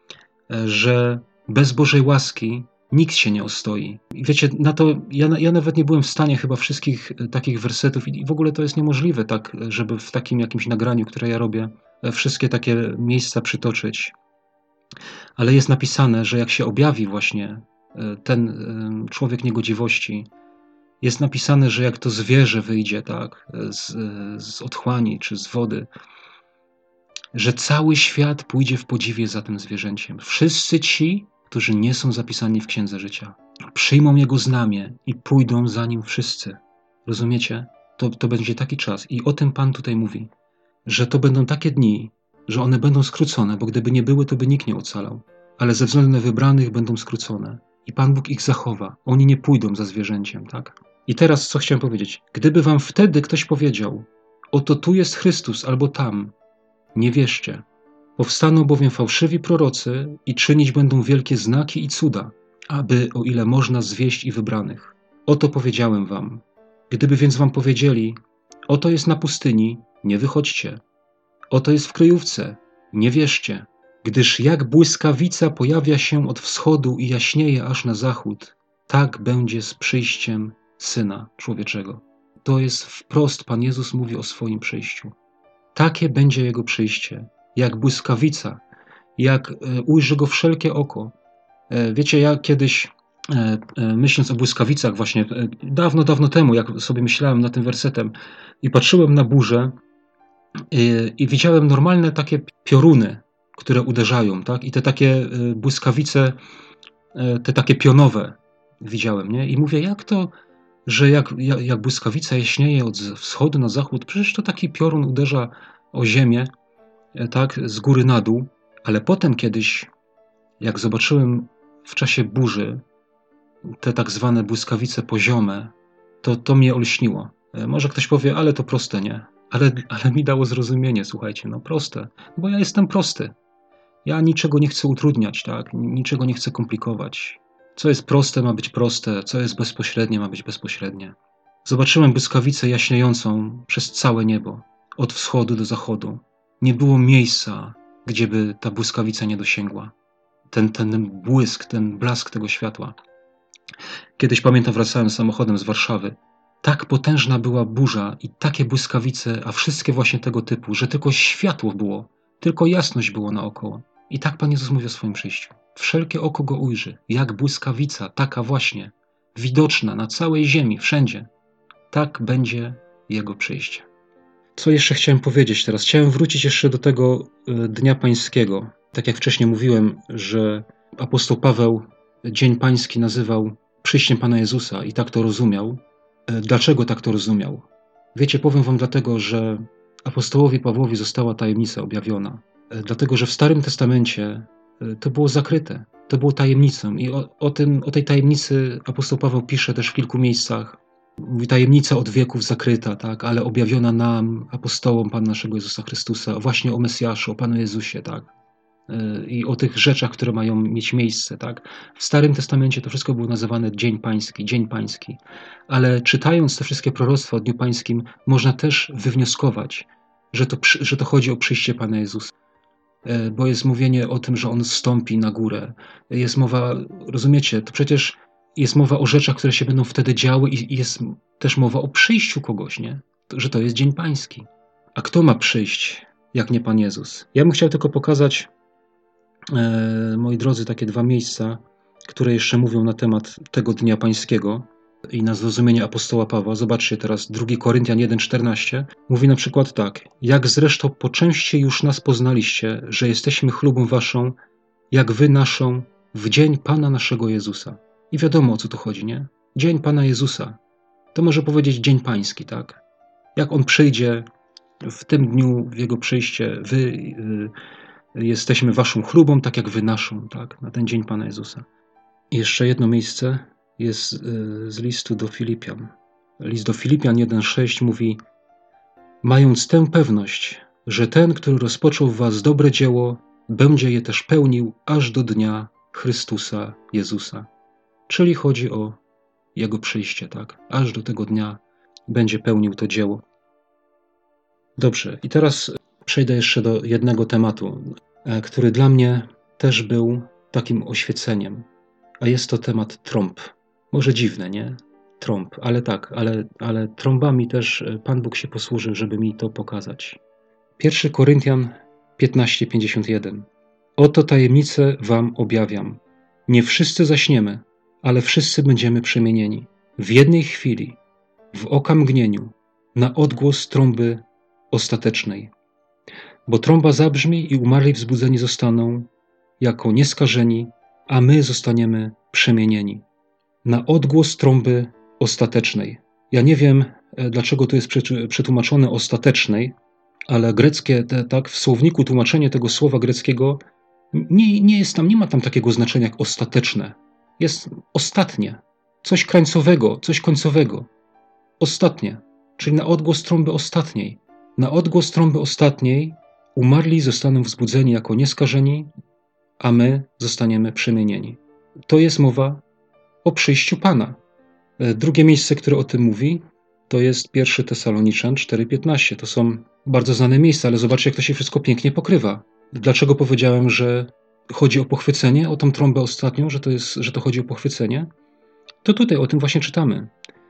że bez Bożej łaski nikt się nie ostoi. I wiecie, na to ja nawet nie byłem w stanie chyba wszystkich takich wersetów i w ogóle to jest niemożliwe tak, żeby w takim jakimś nagraniu, które ja robię, wszystkie takie miejsca przytoczyć. Ale jest napisane, że jak się objawi właśnie ten człowiek niegodziwości, jest napisane, że jak to zwierzę wyjdzie tak, z otchłani czy z wody, że cały świat pójdzie w podziwie za tym zwierzęciem. Wszyscy ci, którzy nie są zapisani w Księdze Życia, przyjmą Jego znamię i pójdą za Nim wszyscy. Rozumiecie? To będzie taki czas. I o tym Pan tutaj mówi, że to będą takie dni, że one będą skrócone, bo gdyby nie były, to by nikt nie ocalał. Ale ze względu na wybranych będą skrócone. I Pan Bóg ich zachowa. Oni nie pójdą za zwierzęciem, tak? I teraz co chciałem powiedzieć? Gdyby wam wtedy ktoś powiedział, oto tu jest Chrystus albo tam, nie wierzcie. Powstaną bowiem fałszywi prorocy i czynić będą wielkie znaki i cuda, aby, o ile można, zwieść i wybranych. Oto powiedziałem wam. Gdyby więc wam powiedzieli, oto jest na pustyni, nie wychodźcie. Oto jest w kryjówce, nie wierzcie. Gdyż jak błyskawica pojawia się od wschodu i jaśnieje aż na zachód, tak będzie z przyjściem Syna Człowieczego. To jest wprost, Pan Jezus mówi o swoim przyjściu. Takie będzie Jego przyjście, jak błyskawica, jak ujrzy Go wszelkie oko. Wiecie, ja kiedyś, myśląc o błyskawicach właśnie, dawno, dawno temu, jak sobie myślałem nad tym wersetem i patrzyłem na burzę i widziałem normalne takie pioruny, które uderzają, tak? I te takie błyskawice, te takie pionowe widziałem, nie? I mówię, jak to, że jak błyskawica jaśnieje od wschodu na zachód, przecież to taki piorun uderza o ziemię, tak, z góry na dół, ale potem kiedyś, jak zobaczyłem w czasie burzy te tak zwane błyskawice poziome, to mnie olśniło. Może ktoś powie, ale to proste, nie? Ale mi dało zrozumienie, słuchajcie, no proste, bo ja jestem prosty. Ja niczego nie chcę utrudniać, tak? Niczego nie chcę komplikować. Co jest proste, ma być proste, co jest bezpośrednie, ma być bezpośrednie. Zobaczyłem błyskawicę jaśniejącą przez całe niebo, od wschodu do zachodu. Nie było miejsca, gdzie by ta błyskawica nie dosięgła. Ten błysk, ten blask tego światła. Kiedyś pamiętam, wracałem samochodem z Warszawy. Tak potężna była burza i takie błyskawice, a wszystkie właśnie tego typu, że tylko światło było, tylko jasność było naokoło. I tak Pan Jezus mówi o swoim przyjściu. Wszelkie oko Go ujrzy, jak błyskawica, taka właśnie, widoczna na całej ziemi, wszędzie. Tak będzie Jego przyjście. Co jeszcze chciałem powiedzieć teraz? Chciałem wrócić jeszcze do tego Dnia Pańskiego. Tak jak wcześniej mówiłem, że apostoł Paweł Dzień Pański nazywał przyjściem Pana Jezusa i tak to rozumiał. Dlaczego tak to rozumiał? Wiecie, powiem wam dlatego, że apostołowi Pawłowi została tajemnica objawiona. Dlatego, że w Starym Testamencie to było zakryte, to było tajemnicą i o tej tajemnicy apostoł Paweł pisze też w kilku miejscach. Mówi, tajemnica od wieków zakryta, tak, ale objawiona nam, apostołom Pana naszego Jezusa Chrystusa, właśnie o Mesjaszu, o Panu Jezusie, tak, i o tych rzeczach, które mają mieć miejsce, tak. W Starym Testamencie to wszystko było nazywane Dzień Pański, ale czytając te wszystkie proroctwa o Dniu Pańskim, można też wywnioskować, że to chodzi o przyjście Pana Jezusa. Bo jest mówienie o tym, że On zstąpi na górę. Jest mowa, rozumiecie, to przecież jest mowa o rzeczach, które się będą wtedy działy i jest też mowa o przyjściu kogoś, nie? Że to jest Dzień Pański. A kto ma przyjść, jak nie Pan Jezus? Ja bym chciał tylko pokazać, moi drodzy, takie dwa miejsca, które jeszcze mówią na temat tego Dnia Pańskiego i na zrozumienie apostoła Pawła. Zobaczcie teraz 2 Koryntian 1,14. Mówi na przykład tak. Jak zresztą po części już nas poznaliście, że jesteśmy chlubą waszą, jak wy naszą w dzień Pana naszego Jezusa. I wiadomo, o co tu chodzi, nie? Dzień Pana Jezusa. To może powiedzieć dzień pański, tak? Jak On przyjdzie, w tym dniu, w Jego przyjście, jesteśmy waszą chlubą, tak jak wy naszą, tak? Na ten dzień Pana Jezusa. I jeszcze jedno miejsce jest z listu do Filipian. List do Filipian 1,6 mówi: mając tę pewność, że ten, który rozpoczął w was dobre dzieło, będzie je też pełnił aż do dnia Chrystusa Jezusa. Czyli chodzi o Jego przyjście, tak? Aż do tego dnia będzie pełnił to dzieło. Dobrze, i teraz przejdę jeszcze do jednego tematu, który dla mnie też był takim oświeceniem, a jest to temat trąb. Może dziwne, nie? Trąb, ale tak, ale trąbami też Pan Bóg się posłużył, żeby mi to pokazać. 1 Koryntian 15:51. Oto tajemnicę wam objawiam. Nie wszyscy zaśniemy, ale wszyscy będziemy przemienieni. W jednej chwili, w okamgnieniu, na odgłos trąby ostatecznej. Bo trąba zabrzmi i umarli wzbudzeni zostaną jako nieskażeni, a my zostaniemy przemienieni. Na odgłos trąby ostatecznej. Ja nie wiem, dlaczego to jest przetłumaczone ostatecznej, ale greckie, tak, w słowniku tłumaczenie tego słowa greckiego nie ma tam takiego znaczenia jak ostateczne. Jest ostatnie, coś krańcowego, coś końcowego. Ostatnie, czyli na odgłos trąby ostatniej. Na odgłos trąby ostatniej umarli zostaną wzbudzeni jako nieskażeni, a my zostaniemy przemienieni. To jest mowa o przyjściu Pana. Drugie miejsce, które o tym mówi, to jest 1 Tesaloniczan 4,15. To są bardzo znane miejsca, ale zobaczcie, jak to się wszystko pięknie pokrywa. Dlaczego powiedziałem, że chodzi o pochwycenie, o tą trąbę ostatnią, że to chodzi o pochwycenie? To tutaj o tym właśnie czytamy.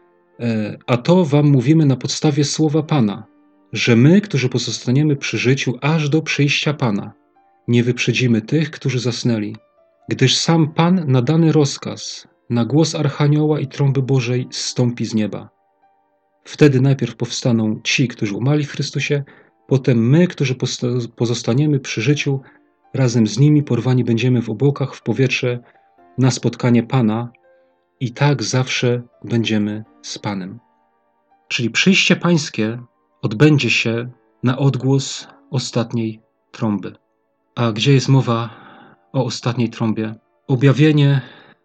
A to wam mówimy na podstawie słowa Pana, że my, którzy pozostaniemy przy życiu aż do przyjścia Pana, nie wyprzedzimy tych, którzy zasnęli, gdyż sam Pan na dany rozkaz, na głos Archanioła i trąby Bożej zstąpi z nieba. Wtedy najpierw powstaną ci, którzy umarli w Chrystusie, potem my, którzy pozostaniemy przy życiu, razem z nimi porwani będziemy w obłokach w powietrze na spotkanie Pana i tak zawsze będziemy z Panem. Czyli przyjście Pańskie odbędzie się na odgłos ostatniej trąby. A gdzie jest mowa o ostatniej trąbie? Objawienie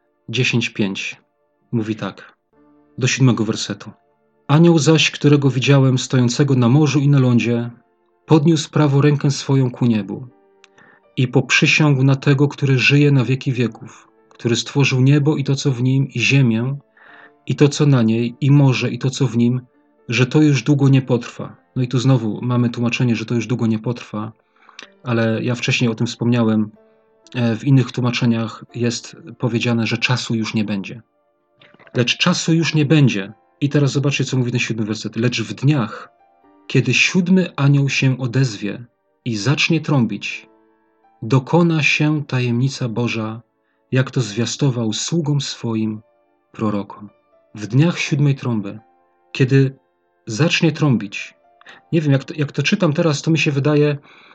10:5 mówi tak, do 7 wersetu. Anioł zaś, którego widziałem stojącego na morzu i na lądzie, podniósł prawą rękę swoją ku niebu i poprzysiągł na tego, który żyje na wieki wieków, który stworzył niebo i to, co w nim, i ziemię, i to, co na niej, i morze, i to, co w nim, że to już długo nie potrwa. No i tu znowu mamy tłumaczenie, że to już długo nie potrwa, ale ja wcześniej o tym wspomniałem. W innych tłumaczeniach jest powiedziane, że czasu już nie będzie. Lecz czasu już nie będzie. I teraz zobaczcie, co mówi ten 7 werset. Lecz w dniach, kiedy 7 anioł się odezwie i zacznie trąbić, dokona się tajemnica Boża, jak to zwiastował sługom swoim prorokom. W dniach 7 trąby, kiedy zacznie trąbić. Nie wiem, jak to czytam teraz, to mi się wydaje,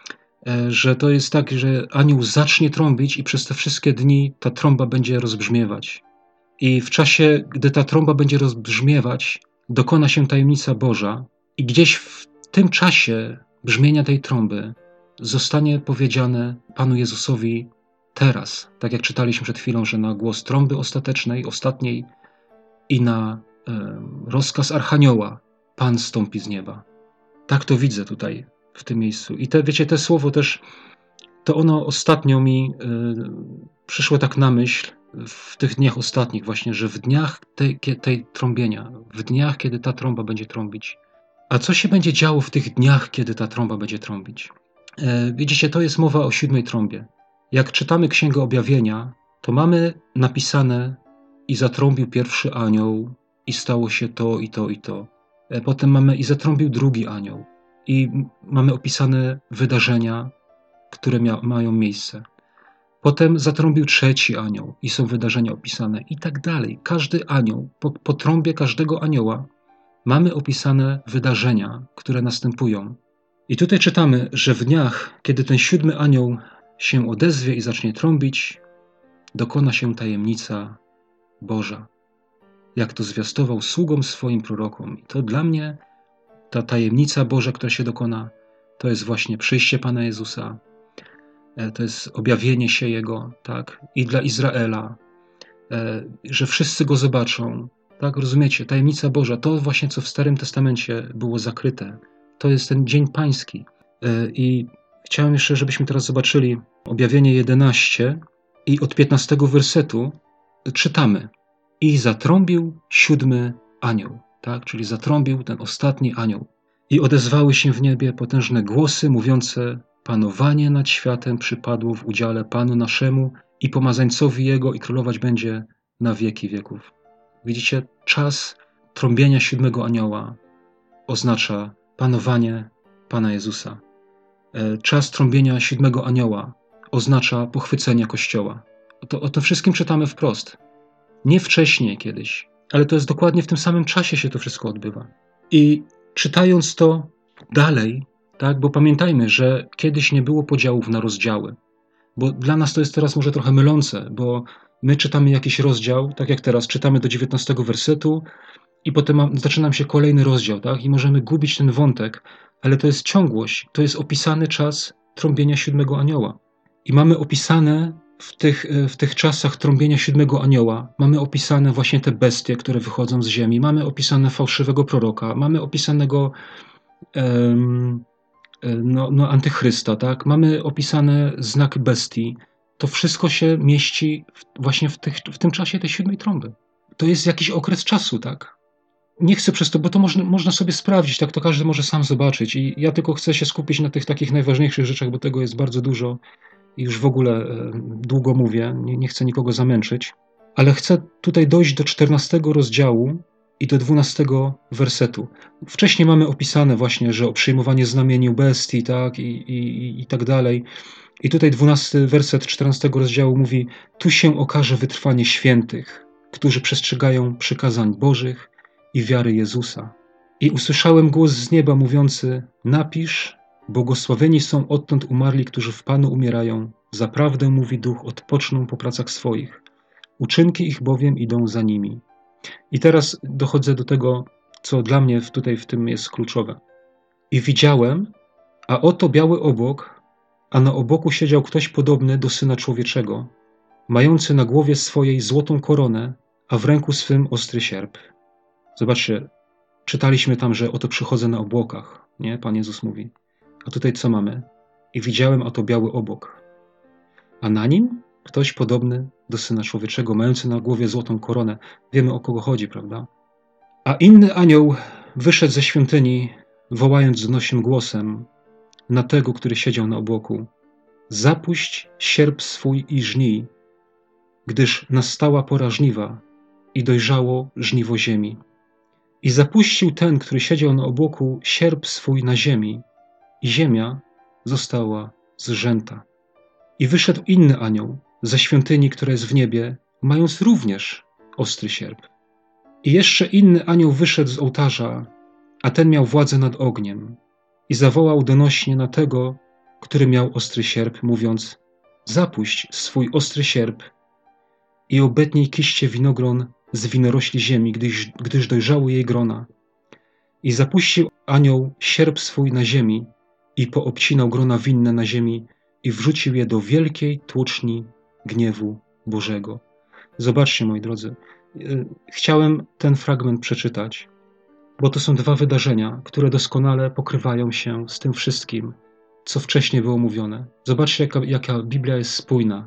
że to jest tak, że anioł zacznie trąbić i przez te wszystkie dni ta trąba będzie rozbrzmiewać. I w czasie, gdy ta trąba będzie rozbrzmiewać, dokona się tajemnica Boża i gdzieś w tym czasie brzmienia tej trąby zostanie powiedziane Panu Jezusowi teraz, tak jak czytaliśmy przed chwilą, że na głos trąby ostatecznej, ostatniej i na rozkaz Archanioła Pan zstąpi z nieba. Tak to widzę tutaj, w tym miejscu. I wiecie, te słowo też, to ono ostatnio mi przyszło tak na myśl, w tych dniach ostatnich właśnie, że w dniach tej trąbienia, w dniach, kiedy ta trąba będzie trąbić. A co się będzie działo w tych dniach, kiedy ta trąba będzie trąbić? Widzicie, to jest mowa o 7 trąbie. Jak czytamy Księgę Objawienia, to mamy napisane i zatrąbił pierwszy anioł i stało się to i to i to. Potem mamy i zatrąbił drugi anioł i mamy opisane wydarzenia, które mają miejsce. Potem zatrąbił trzeci anioł i są wydarzenia opisane i tak dalej. Każdy anioł, po trąbie każdego anioła mamy opisane wydarzenia, które następują. I tutaj czytamy, że w dniach, kiedy ten 7 anioł się odezwie i zacznie trąbić, dokona się tajemnica Boża. Jak to zwiastował sługom swoim prorokom. I to dla mnie ta tajemnica Boża, która się dokona, to jest właśnie przyjście Pana Jezusa. To jest objawienie się Jego, tak? I dla Izraela, że wszyscy Go zobaczą. Tak, rozumiecie? Tajemnica Boża, to właśnie, co w Starym Testamencie było zakryte. To jest ten Dzień Pański. I chciałem jeszcze, żebyśmy teraz zobaczyli Objawienie 11 i od 15 wersetu czytamy. I zatrąbił 7 anioł, tak? Czyli zatrąbił ten ostatni anioł. I odezwały się w niebie potężne głosy mówiące: panowanie nad światem przypadło w udziale Panu naszemu i pomazańcowi Jego i królować będzie na wieki wieków. Widzicie, czas trąbienia 7 anioła oznacza panowanie Pana Jezusa. Czas trąbienia 7 anioła oznacza pochwycenie Kościoła. O tym wszystkim czytamy wprost. Nie wcześniej kiedyś, ale to jest dokładnie w tym samym czasie się to wszystko odbywa. I czytając to dalej, tak, bo pamiętajmy, że kiedyś nie było podziałów na rozdziały, bo dla nas to jest teraz może trochę mylące, bo my czytamy jakiś rozdział, tak jak teraz, czytamy do 19 wersetu i potem zaczyna się kolejny rozdział, tak, i możemy gubić ten wątek, ale to jest ciągłość, to jest opisany czas trąbienia 7 anioła. I mamy opisane w tych czasach trąbienia 7 anioła, mamy opisane właśnie te bestie, które wychodzą z ziemi, mamy opisane fałszywego proroka, mamy opisanego antychrysta, tak? Mamy opisane znak bestii. To wszystko się mieści właśnie w tym czasie tej 7 trąby. To jest jakiś okres czasu, tak? Nie chcę przez to, bo to można sobie sprawdzić, tak? To każdy może sam zobaczyć. I ja tylko chcę się skupić na tych takich najważniejszych rzeczach, bo tego jest bardzo dużo. I już w ogóle długo mówię, nie chcę nikogo zamęczyć, ale chcę tutaj dojść do 14 rozdziału i do 12 wersetu. Wcześniej mamy opisane właśnie, że o przyjmowanie znamieniu bestii, tak, i tak dalej. I tutaj 12 werset 14 rozdziału mówi: tu się okaże wytrwanie świętych, którzy przestrzegają przykazań Bożych i wiary Jezusa. I usłyszałem głos z nieba mówiący: napisz, błogosławieni są odtąd umarli, którzy w Panu umierają. Zaprawdę, mówi Duch, odpoczną po pracach swoich. Uczynki ich bowiem idą za nimi. I teraz dochodzę do tego, co dla mnie tutaj w tym jest kluczowe. I widziałem, a oto biały obłok, a na obłoku siedział ktoś podobny do Syna Człowieczego, mający na głowie swojej złotą koronę, a w ręku swym ostry sierp. Zobaczcie, czytaliśmy tam, że oto przychodzę na obłokach, nie? Pan Jezus mówi. A tutaj co mamy? I widziałem, a to biały obłok. A na nim ktoś podobny do Syna Człowieczego, mający na głowie złotą koronę. Wiemy, o kogo chodzi, prawda? A inny anioł wyszedł ze świątyni, wołając donośnym głosem na tego, który siedział na obłoku: zapuść sierp swój i żnij, gdyż nastała pora żniwa i dojrzało żniwo ziemi. I zapuścił ten, który siedział na obłoku, sierp swój na ziemi, i ziemia została zżęta. I wyszedł inny anioł ze świątyni, która jest w niebie, mając również ostry sierp. I jeszcze inny anioł wyszedł z ołtarza, a ten miał władzę nad ogniem, i zawołał donośnie na tego, który miał ostry sierp, mówiąc: zapuść swój ostry sierp i obetnij kiście winogron z winorośli ziemi, gdyż dojrzały jej grona. I zapuścił anioł sierp swój na ziemi i poobcinał grona winne na ziemi i wrzucił je do wielkiej tłoczni gniewu Bożego. Zobaczcie, moi drodzy, chciałem ten fragment przeczytać, bo to są dwa wydarzenia, które doskonale pokrywają się z tym wszystkim, co wcześniej było mówione. Zobaczcie, jaka Biblia jest spójna.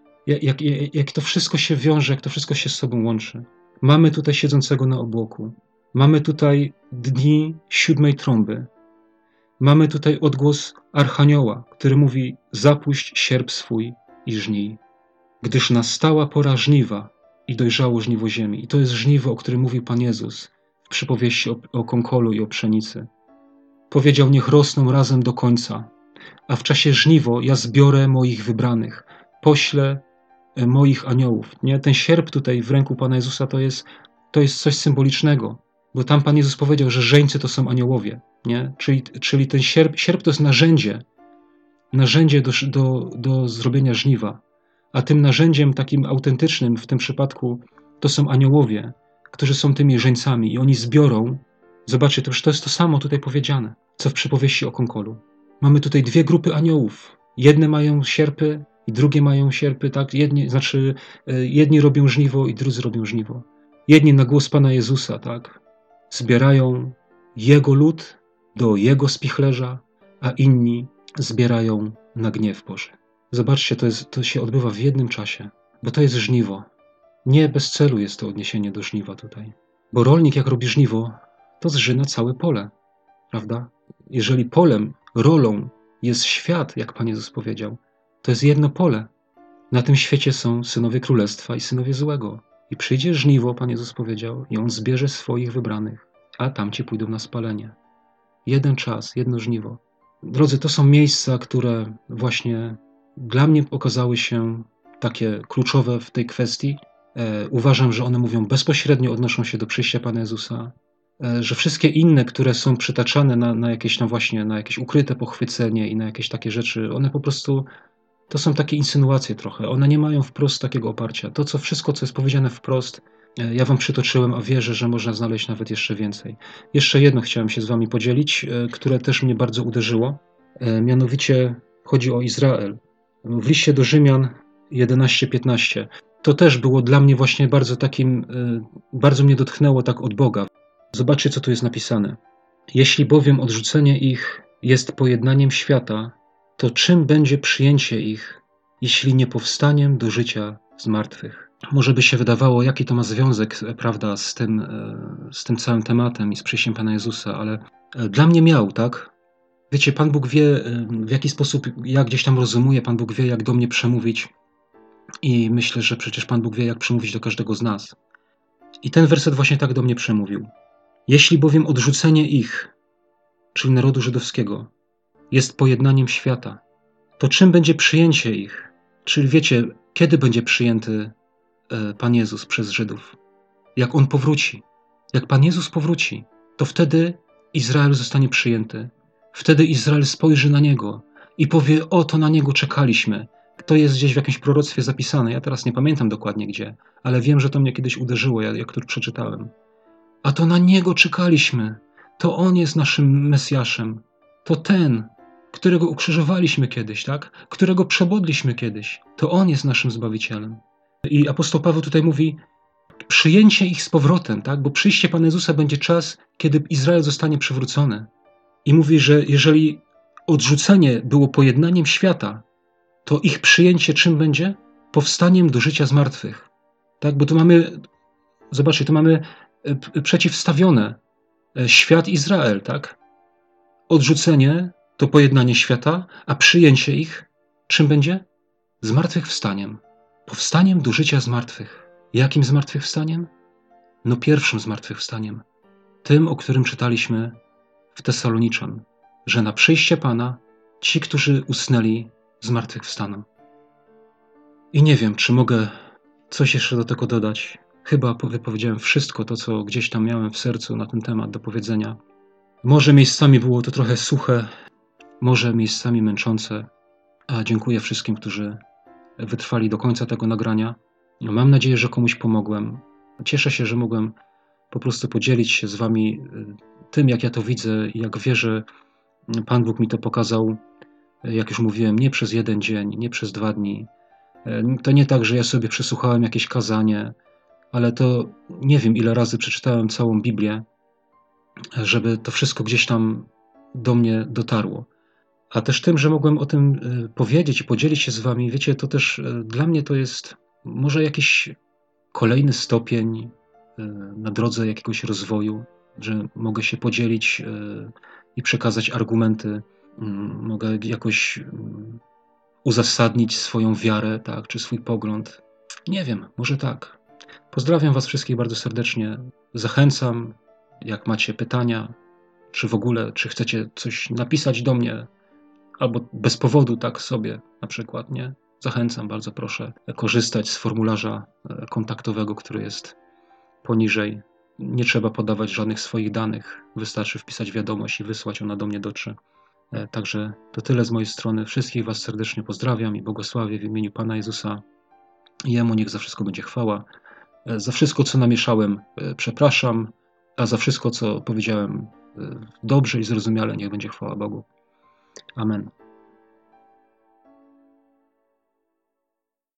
Jak to wszystko się wiąże, jak to wszystko się z sobą łączy. Mamy tutaj siedzącego na obłoku. Mamy tutaj dni 7 trąby. Mamy tutaj odgłos Archanioła, który mówi: zapuść sierp swój i żnij, gdyż nastała pora żniwa i dojrzało żniwo ziemi. I to jest żniwo, o którym mówił Pan Jezus w przypowieści o konkolu i o pszenicy. Powiedział: niech rosną razem do końca, a w czasie żniwo ja zbiorę moich wybranych, poślę moich aniołów. Nie? Ten sierp tutaj w ręku Pana Jezusa to jest coś symbolicznego, bo tam Pan Jezus powiedział, że żeńcy to są aniołowie. Nie? Czyli ten sierp to jest narzędzie narzędzie do zrobienia żniwa. A tym narzędziem takim autentycznym w tym przypadku to są aniołowie, którzy są tymi żeńcami i oni zbiorą. Zobaczcie, to jest to samo tutaj powiedziane, co w przypowieści o Konkolu. Mamy tutaj dwie grupy aniołów. Jedne mają sierpy i drugie mają sierpy, tak? Jedni robią żniwo i drudzy robią żniwo. Jedni na głos Pana Jezusa, tak? Zbierają Jego lud do Jego spichlerza, a inni zbierają na gniew Boży. Zobaczcie, to się odbywa w jednym czasie, bo to jest żniwo. Nie bez celu jest to odniesienie do żniwa tutaj. Bo rolnik, jak robi żniwo, to zżyna całe pole, prawda? Jeżeli polem, rolą jest świat, jak Pan Jezus powiedział, to jest jedno pole. Na tym świecie są synowie królestwa i synowie złego. I przyjdzie żniwo, Pan Jezus powiedział, i On zbierze swoich wybranych, a tamci pójdą na spalenie. Jeden czas, jedno żniwo. Drodzy, to są miejsca, które właśnie dla mnie okazały się takie kluczowe w tej kwestii. Uważam, że one mówią bezpośrednio, odnoszą się do przyjścia Pana Jezusa, że wszystkie inne, które są przytaczane na jakieś tam właśnie, na jakieś ukryte pochwycenie i na jakieś takie rzeczy, one po prostu, to są takie insynuacje trochę, one nie mają wprost takiego oparcia. To, wszystko, co jest powiedziane wprost, ja wam przytoczyłem, a wierzę, że można znaleźć nawet jeszcze więcej. Jeszcze jedno chciałem się z wami podzielić, które też mnie bardzo uderzyło. Mianowicie chodzi o Izrael. W liście do Rzymian 11:15. To też było dla mnie właśnie bardzo takim, bardzo mnie dotknęło tak od Boga. Zobaczcie, co tu jest napisane. Jeśli bowiem odrzucenie ich jest pojednaniem świata, to czym będzie przyjęcie ich, jeśli nie powstaniem do życia z martwych? Może by się wydawało, jaki to ma związek, prawda, z tym całym tematem i z przyjściem Pana Jezusa, ale dla mnie miał, tak? Wiecie, Pan Bóg wie, w jaki sposób, ja gdzieś tam rozumuję, Pan Bóg wie, jak do mnie przemówić i myślę, że przecież Pan Bóg wie, jak przemówić do każdego z nas. I ten werset właśnie tak do mnie przemówił. Jeśli bowiem odrzucenie ich, czyli narodu żydowskiego, jest pojednaniem świata, to czym będzie przyjęcie ich? Czyli wiecie, kiedy będzie przyjęty Pan Jezus przez Żydów? Jak On powróci. Jak Pan Jezus powróci, to wtedy Izrael zostanie przyjęty. Wtedy Izrael spojrzy na Niego i powie, o, to na Niego czekaliśmy. To jest gdzieś w jakimś proroctwie zapisane. Ja teraz nie pamiętam dokładnie gdzie, ale wiem, że to mnie kiedyś uderzyło, jak to przeczytałem. A to na Niego czekaliśmy. To On jest naszym Mesjaszem. To ten, którego ukrzyżowaliśmy kiedyś, tak? Którego przebodliśmy kiedyś. To On jest naszym Zbawicielem. I apostoł Paweł tutaj mówi, przyjęcie ich z powrotem, tak? Bo przyjście Pana Jezusa będzie czas, kiedy Izrael zostanie przywrócony. I mówi, że jeżeli odrzucenie było pojednaniem świata, to ich przyjęcie czym będzie? Powstaniem do życia z martwych. Tak? Bo tu mamy, zobaczcie, tu mamy przeciwstawione świat Izrael, tak? Odrzucenie to pojednanie świata, a przyjęcie ich czym będzie? Zmartwychwstaniem. Powstaniem do życia z martwych. Jakim zmartwychwstaniem? No pierwszym zmartwychwstaniem. Tym, o którym czytaliśmy w Tesaloniczan, że na przyjście Pana ci, którzy usnęli, zmartwychwstaną. I nie wiem, czy mogę coś jeszcze do tego dodać. Chyba wypowiedziałem wszystko to, co gdzieś tam miałem w sercu na ten temat do powiedzenia. Może miejscami było to trochę suche, może miejscami męczące, a dziękuję wszystkim, którzy wytrwali do końca tego nagrania. Mam nadzieję, że komuś pomogłem. Cieszę się, że mogłem po prostu podzielić się z wami tym, jak ja to widzę i jak wierzę, Pan Bóg mi to pokazał, jak już mówiłem, nie przez jeden dzień, nie przez 2 dni. To nie tak, że ja sobie przesłuchałem jakieś kazanie, ale to nie wiem, ile razy przeczytałem całą Biblię, żeby to wszystko gdzieś tam do mnie dotarło. A też tym, że mogłem o tym powiedzieć i podzielić się z wami, wiecie, to też dla mnie to jest może jakiś kolejny stopień na drodze jakiegoś rozwoju, że mogę się podzielić i przekazać argumenty, mogę jakoś uzasadnić swoją wiarę, tak, czy swój pogląd. Nie wiem, może tak. Pozdrawiam was wszystkich bardzo serdecznie. Zachęcam, jak macie pytania, czy w ogóle, czy chcecie coś napisać do mnie, albo bez powodu tak sobie na przykład, nie? Zachęcam, bardzo proszę korzystać z formularza kontaktowego, który jest poniżej. Nie trzeba podawać żadnych swoich danych. Wystarczy wpisać wiadomość i wysłać, ona do mnie dotrze. Także to tyle z mojej strony. Wszystkich Was serdecznie pozdrawiam i błogosławię w imieniu Pana Jezusa. Jemu niech za wszystko będzie chwała. Za wszystko, co namieszałem, przepraszam, a za wszystko, co powiedziałem dobrze i zrozumiale, niech będzie chwała Bogu. Amen.